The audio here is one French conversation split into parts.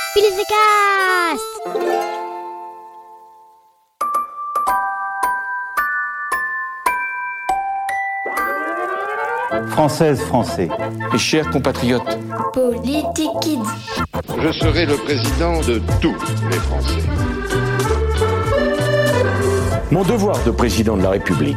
Pilizecast. Françaises, Français, mes chers compatriotes, Politique Kids. Je serai le président de tous les Français. Mon devoir de président de la République.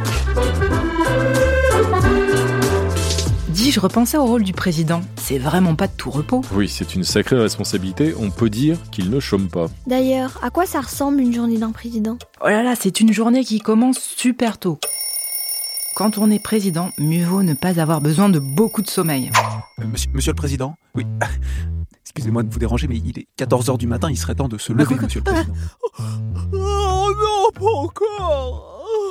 Je repensais au rôle du président. C'est vraiment pas de tout repos. Oui, c'est une sacrée responsabilité. On peut dire qu'il ne chôme pas. D'ailleurs, à quoi ça ressemble une journée d'un président ? Oh là là, c'est une journée qui commence super tôt. Quand on est président, mieux vaut ne pas avoir besoin de beaucoup de sommeil. Monsieur le Président ? Oui. Excusez-moi de vous déranger, mais il est 14h du matin, il serait temps de se lever, Monsieur le Président. Oh non, pas encore.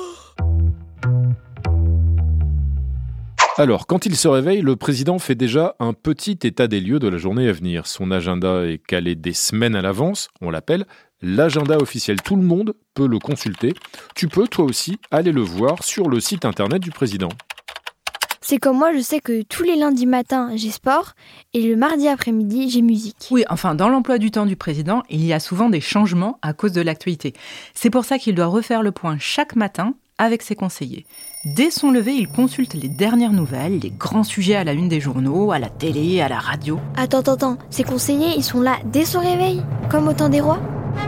Alors, quand il se réveille, le président fait déjà un petit état des lieux de la journée à venir. Son agenda est calé des semaines à l'avance, on l'appelle l'agenda officiel. Tout le monde peut le consulter. Tu peux, toi aussi, aller le voir sur le site internet du président. C'est comme moi, je sais que tous les lundis matins, j'ai sport et le mardi après-midi, j'ai musique. Oui, enfin, dans l'emploi du temps du président, il y a souvent des changements à cause de l'actualité. C'est pour ça qu'il doit refaire le point chaque matin avec ses conseillers. Dès son lever, il consulte les dernières nouvelles, les grands sujets à la une des journaux, à la télé, à la radio. Attends, ces conseillers, ils sont là dès son réveil, comme au temps des rois ?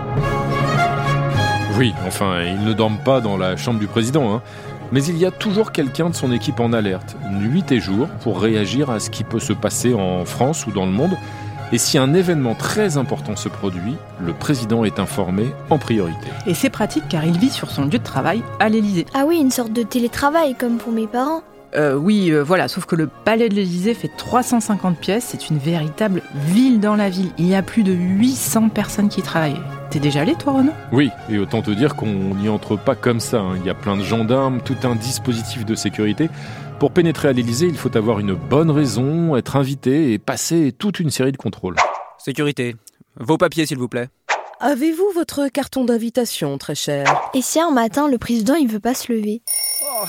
Oui, enfin, ils ne dorment pas dans la chambre du président, Mais il y a toujours quelqu'un de son équipe en alerte, nuit et jour, pour réagir à ce qui peut se passer en France ou dans le monde. Et si un événement très important se produit, le président est informé en priorité. Et c'est pratique car il vit sur son lieu de travail à l'Élysée. Ah oui, une sorte de télétravail comme pour mes parents. Voilà, sauf que le palais de l'Élysée fait 350 pièces, c'est une véritable ville dans la ville. Il y a plus de 800 personnes qui y travaillent. T'es déjà allé, toi, Renaud ? Oui, et autant te dire qu'on n'y entre pas comme ça. Il y a plein de gendarmes, tout un dispositif de sécurité. Pour pénétrer à l'Élysée, il faut avoir une bonne raison, être invité et passer toute une série de contrôles. Sécurité, vos papiers, s'il vous plaît. Avez-vous votre carton d'invitation, très cher ? Et si un matin, le président, il veut pas se lever ? Quoi ?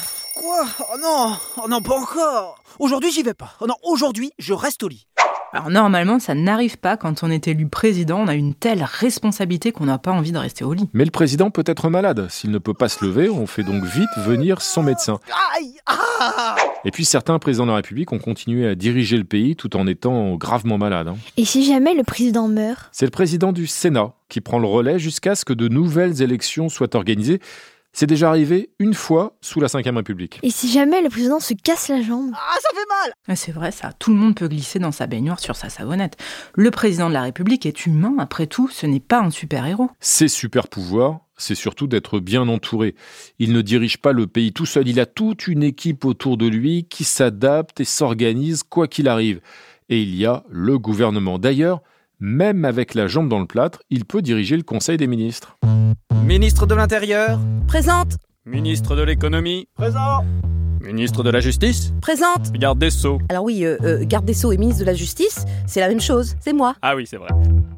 Oh non, pas encore. Aujourd'hui, j'y vais pas. Oh non, aujourd'hui, je reste au lit. Alors normalement, ça n'arrive pas quand on est élu président. On a une telle responsabilité qu'on n'a pas envie de rester au lit. Mais le président peut être malade. S'il ne peut pas se lever, on fait donc vite venir son médecin. Aïe ! Ah ! Et puis certains présidents de la République ont continué à diriger le pays tout en étant gravement malades. Et si jamais le président meurt ? C'est le président du Sénat qui prend le relais jusqu'à ce que de nouvelles élections soient organisées. C'est déjà arrivé une fois sous la Ve République. Et si jamais le président se casse la jambe ? Ah, ça fait mal ! C'est vrai ça, tout le monde peut glisser dans sa baignoire sur sa savonnette. Le président de la République est humain, après tout, ce n'est pas un super-héros. Ses super-pouvoirs, c'est surtout d'être bien entouré. Il ne dirige pas le pays tout seul, il a toute une équipe autour de lui qui s'adapte et s'organise quoi qu'il arrive. Et il y a le gouvernement. D'ailleurs, même avec la jambe dans le plâtre, il peut diriger le Conseil des ministres. Ministre de l'Intérieur. Présente. Ministre de l'Économie. Présent. Ministre de la Justice. Présente. Garde des Sceaux. Alors oui, garde des Sceaux et ministre de la Justice, c'est la même chose, c'est moi. Ah oui, c'est vrai.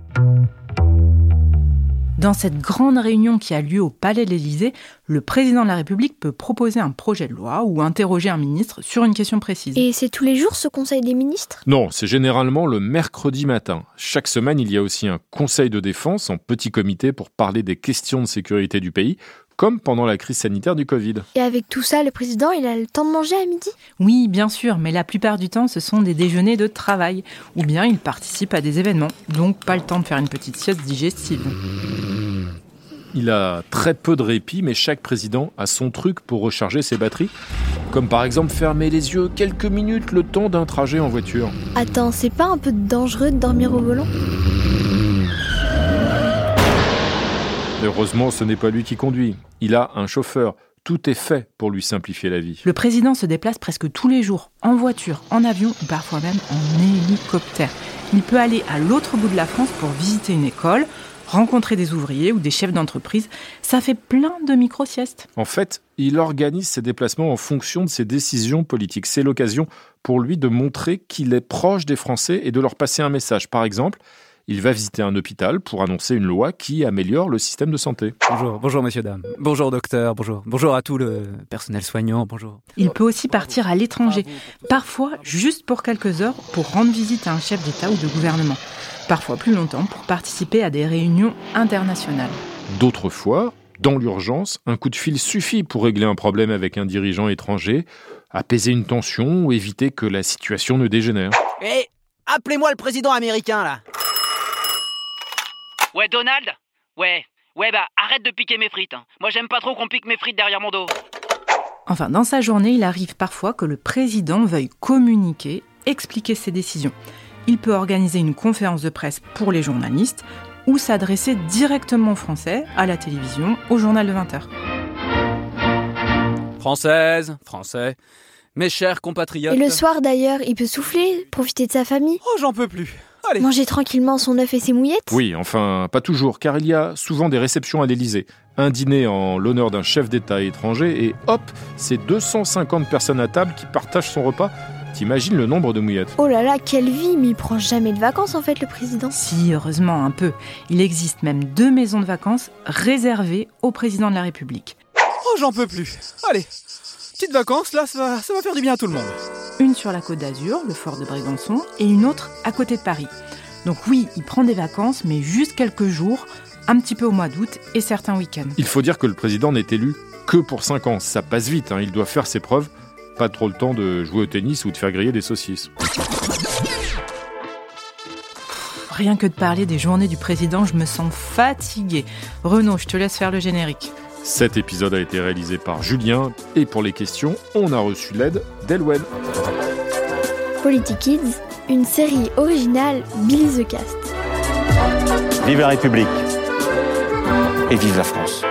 Dans cette grande réunion qui a lieu au Palais de l'Élysée, le président de la République peut proposer un projet de loi ou interroger un ministre sur une question précise. Et c'est tous les jours ce conseil des ministres ? Non, c'est généralement le mercredi matin. Chaque semaine, il y a aussi un conseil de défense en petit comité pour parler des questions de sécurité du pays, comme pendant la crise sanitaire du Covid. Et avec tout ça, le président, il a le temps de manger à midi ? Oui, bien sûr, mais la plupart du temps, ce sont des déjeuners de travail. Ou bien il participe à des événements, donc pas le temps de faire une petite sieste digestive. Il a très peu de répit, mais chaque président a son truc pour recharger ses batteries. Comme par exemple fermer les yeux quelques minutes le temps d'un trajet en voiture. Attends, c'est pas un peu dangereux de dormir au volant ? Heureusement, ce n'est pas lui qui conduit. Il a un chauffeur. Tout est fait pour lui simplifier la vie. Le président se déplace presque tous les jours, en voiture, en avion ou parfois même en hélicoptère. Il peut aller à l'autre bout de la France pour visiter une école, rencontrer des ouvriers ou des chefs d'entreprise. Ça fait plein de micro-siestes. En fait, il organise ses déplacements en fonction de ses décisions politiques. C'est l'occasion pour lui de montrer qu'il est proche des Français et de leur passer un message. Par exemple, il va visiter un hôpital pour annoncer une loi qui améliore le système de santé. Bonjour messieurs, dames. Bonjour docteur, bonjour à tout le personnel soignant, bonjour. Il peut aussi partir à l'étranger, parfois juste pour quelques heures, pour rendre visite à un chef d'État ou de gouvernement. parfois plus longtemps, pour participer à des réunions internationales. D'autres fois, dans l'urgence, un coup de fil suffit pour régler un problème avec un dirigeant étranger, apaiser une tension ou éviter que la situation ne dégénère. Hé, appelez-moi le président américain, là. Ouais, Donald ? Ouais, arrête de piquer mes frites. Moi, j'aime pas trop qu'on pique mes frites derrière mon dos. Enfin, dans sa journée, il arrive parfois que le président veuille communiquer, expliquer ses décisions. Il peut organiser une conférence de presse pour les journalistes ou s'adresser directement aux Français, à la télévision, au journal de 20h. Françaises, Français, mes chers compatriotes... Et le soir d'ailleurs, il peut souffler, profiter de sa famille. Oh, j'en peux plus. Allez. Manger tranquillement son œuf et ses mouillettes. Oui, enfin, pas toujours, car il y a souvent des réceptions à l'Élysée. Un dîner en l'honneur d'un chef d'État étranger et hop, c'est 250 personnes à table qui partagent son repas. T'imagines le nombre de mouillettes? Oh là là, quelle vie, mais il prend jamais de vacances en fait, le président. Si, heureusement, un peu. Il existe même 2 maisons de vacances réservées au président de la République. Oh, j'en peux plus. Allez, petites vacances, là, ça va faire du bien à tout le monde. Une sur la Côte d'Azur, le fort de Brégançon, et une autre à côté de Paris. Donc oui, il prend des vacances, mais juste quelques jours, un petit peu au mois d'août et certains week-ends. Il faut dire que le président n'est élu que pour 5 ans. Ça passe vite, il doit faire ses preuves. Pas trop le temps de jouer au tennis ou de faire griller des saucisses. Rien que de parler des journées du président, je me sens fatiguée. Renaud, je te laisse faire le générique. Cet épisode a été réalisé par Julien et pour les questions, on a reçu l'aide d'Elwen. Politique Kids, une série originale Billy the Cast. Vive la République et vive la France.